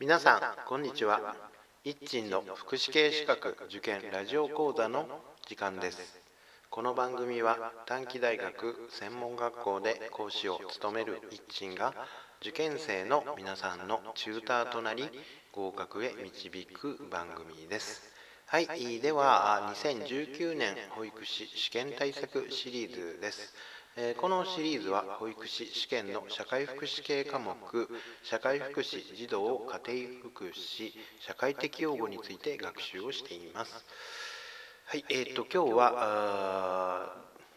皆さんこんにちは。一鎮の福祉系資格受験ラジオ講座の時間です。この番組は短期大学専門学校で講師を務める一鎮が受験生の皆さんのチューターとなり合格へ導く番組です。はい、では2019年保育士試験対策シリーズです。このシリーズは保育士試験の社会福祉系科目、社会福祉、児童家庭福祉、社会的養護について学習をしています。はい、今日は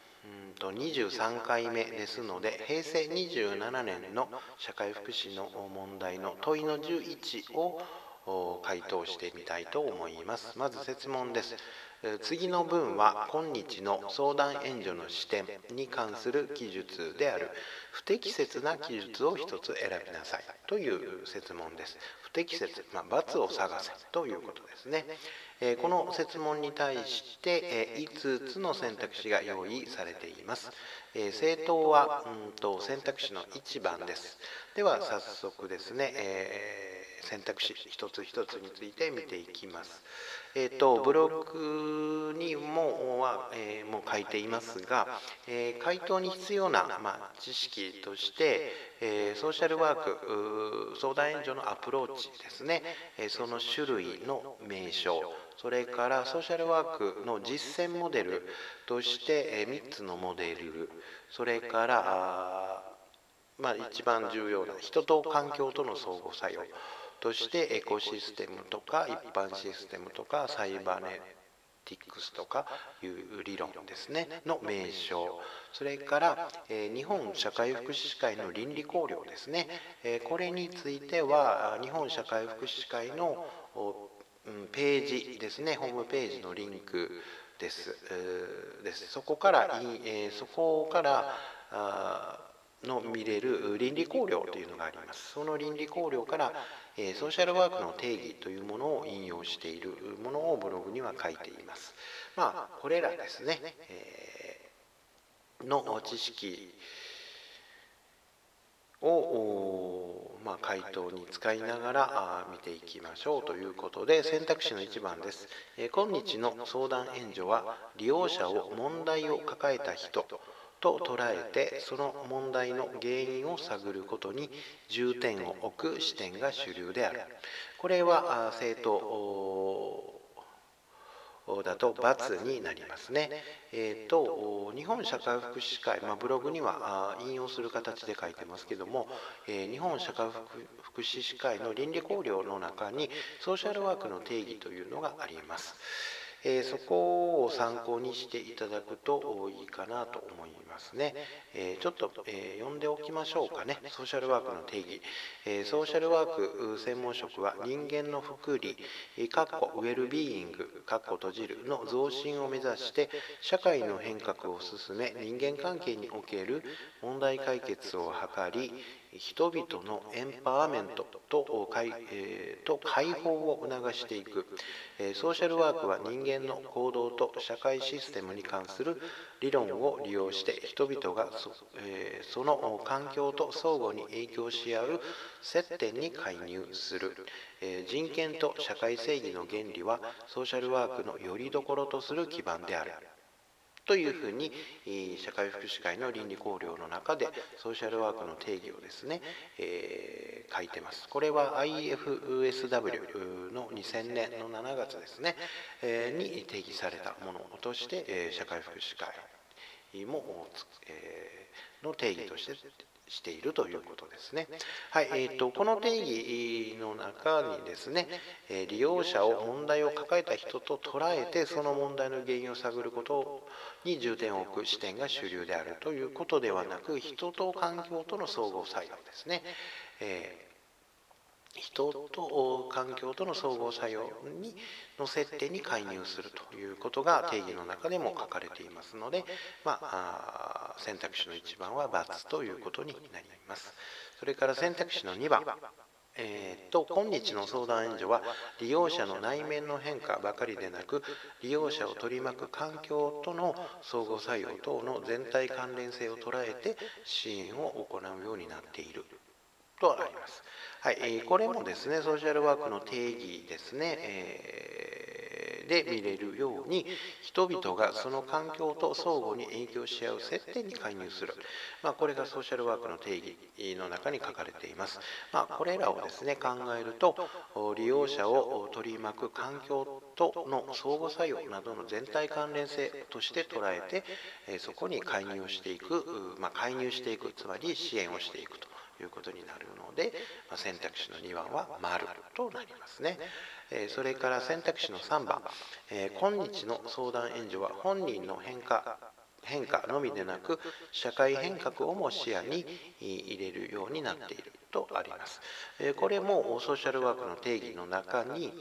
23回目ですので、平成27年の社会福祉の問題の問いの11を回答してみたいと思います。まず設問です。次の文は今日の相談援助の視点に関する記述である。不適切な記述を一つ選びなさいという設問です。不適切、罰を探せということですね。この設問に対して5つの選択肢が用意されています。正答は選択肢の1番です。では早速ですね、選択肢一つ一つについて見ていきます。ブログにももう書いていますが、回答に必要な、知識として、ソーシャルワーク相談援助のアプローチですね、その種類の名称、それからソーシャルワークの実践モデルとして3つのモデル、それから一番重要な人と環境との相互作用としてエコシステムとか一般システムとかサイバネティックスとかいう理論ですねの名称、それから日本社会福祉士会の倫理綱領ですね、これについては日本社会福祉士会のページですね、ホームページのリンクです。そこからの見れる倫理綱領というのがあります。その倫理綱領からソーシャルワークの定義というものを引用しているものをブログには書いています。これらですね、の知識を回答に使いながら見ていきましょうということで、選択肢の1番です。今日の相談援助は利用者を問題を抱えた人と捉えて、その問題の原因を探ることに重点を置く視点が主流である。これは正答だと×になりますね。日本社会福祉士会、ブログには引用する形で書いてますけども、日本社会福祉士会の倫理綱領の中にソーシャルワークの定義というのがあります。そこを参考にしていただくといいかなと思いますね。ちょっと、読んでおきましょうかね。ソーシャルワークの定義。ソーシャルワーク専門職は人間の福利、ウェルビーイング、閉じるの増進を目指して社会の変革を進め、人間関係における問題解決を図り、人々のエンパワーメントと解放を促していく。ソーシャルワークは人間の行動と社会システムに関する理論を利用して人々がその環境と相互に影響し合う接点に介入する。人権と社会正義の原理はソーシャルワークの拠り所とする基盤である。というふうに社会福祉会の倫理綱領の中でソーシャルワークの定義をですね、書いてます。これは IFSW の2000年の7月ですね、に定義されたものとして、社会福祉会も、の定義としているということですね。はい、この定義の中にですね、利用者を問題を抱えた人と捉えてその問題の原因を探ることに重点を置く視点が主流であるということではなく、人と環境との相互作用ですね。人と環境との相互作用の接点に介入するということが定義の中でも書かれていますので、選択肢の1番は×ということになります。それから選択肢の2番、今日の相談援助は利用者の内面の変化ばかりでなく、利用者を取り巻く環境との相互作用等の全体関連性を捉えて支援を行うようになっているとあります。はい、これもですね、ソーシャルワークの定義ですね、で見れるように、人々がその環境と相互に影響し合う接点に介入する。これがソーシャルワークの定義の中に書かれています。これらをですね、考えると、利用者を取り巻く環境との相互作用などの全体関連性として捉えて、そこに介入していく、つまり支援をしていくということになるので、選択肢の2番は丸となりますね。それから選択肢の3番、今日の相談援助は本人の変化のみでなく社会変革をも視野に入れるようになっているとあります。これもソーシャルワークの定義の中に、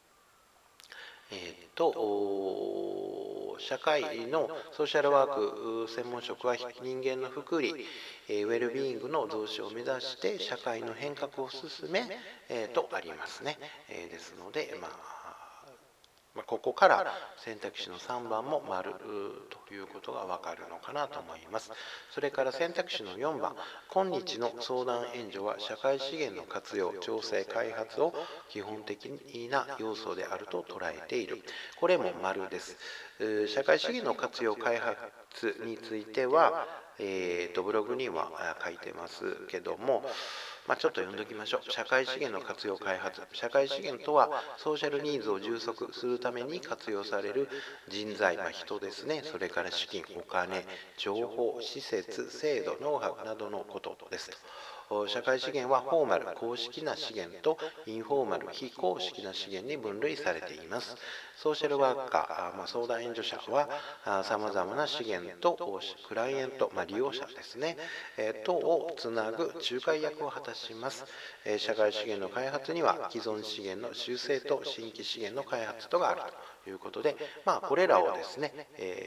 社会のソーシャルワーク専門職は人間の福利、ウェルビーイングの増進を目指して社会の変革を進め、とありますね。ですので、ここから選択肢の3番も丸ということがわかるのかなと思います。それから選択肢の4番、今日の相談援助は社会資源の活用、調整、開発を基本的な要素であると捉えている。これも丸です。社会資源の活用、開発については、ブログには書いてますけども、ちょっと読んでおきましょう。社会資源の活用開発。社会資源とは、ソーシャルニーズを充足するために活用される人材、人ですね。それから資金、お金、情報、施設、制度、ノウハウなどのことですと。社会資源はフォーマル、公式な資源とインフォーマル、非公式な資源に分類されています。ソーシャルワーカー、相談援助者はさまざまな資源とクライアント、利用者ですね、等をつなぐ仲介役を果たします。社会資源の開発には既存資源の修正と新規資源の開発とがあるということで、これらをですね、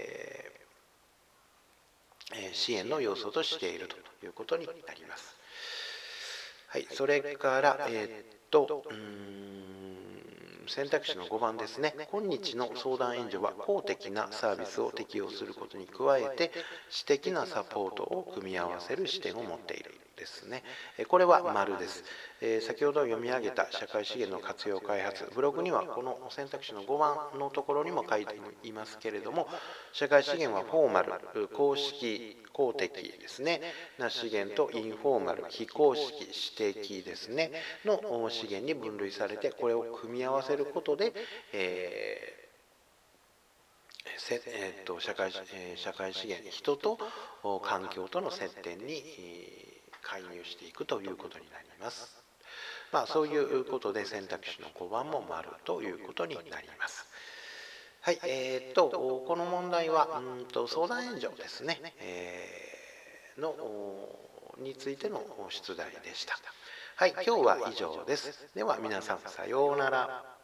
支援の要素としているということになります。はい、それから、選択肢の5番ですね。今日の相談援助は公的なサービスを適用することに加えて、私的なサポートを組み合わせる視点を持っているですね。これは丸です。先ほど読み上げた社会資源の活用開発、ブログにはこの選択肢の5番のところにも書いていますけれども、社会資源はフォーマル、公式、公的ですね、な資源とインフォーマル、非公式、私的ですね、の資源に分類されて、これを組み合わせることで、社会資源、人と環境との接点に介入していくということになります。そういうことで選択肢の5番も丸ということになります。はい、この問題は相談援助ですね、についての出題でした。はい、今日は以上です。では皆さんさようなら。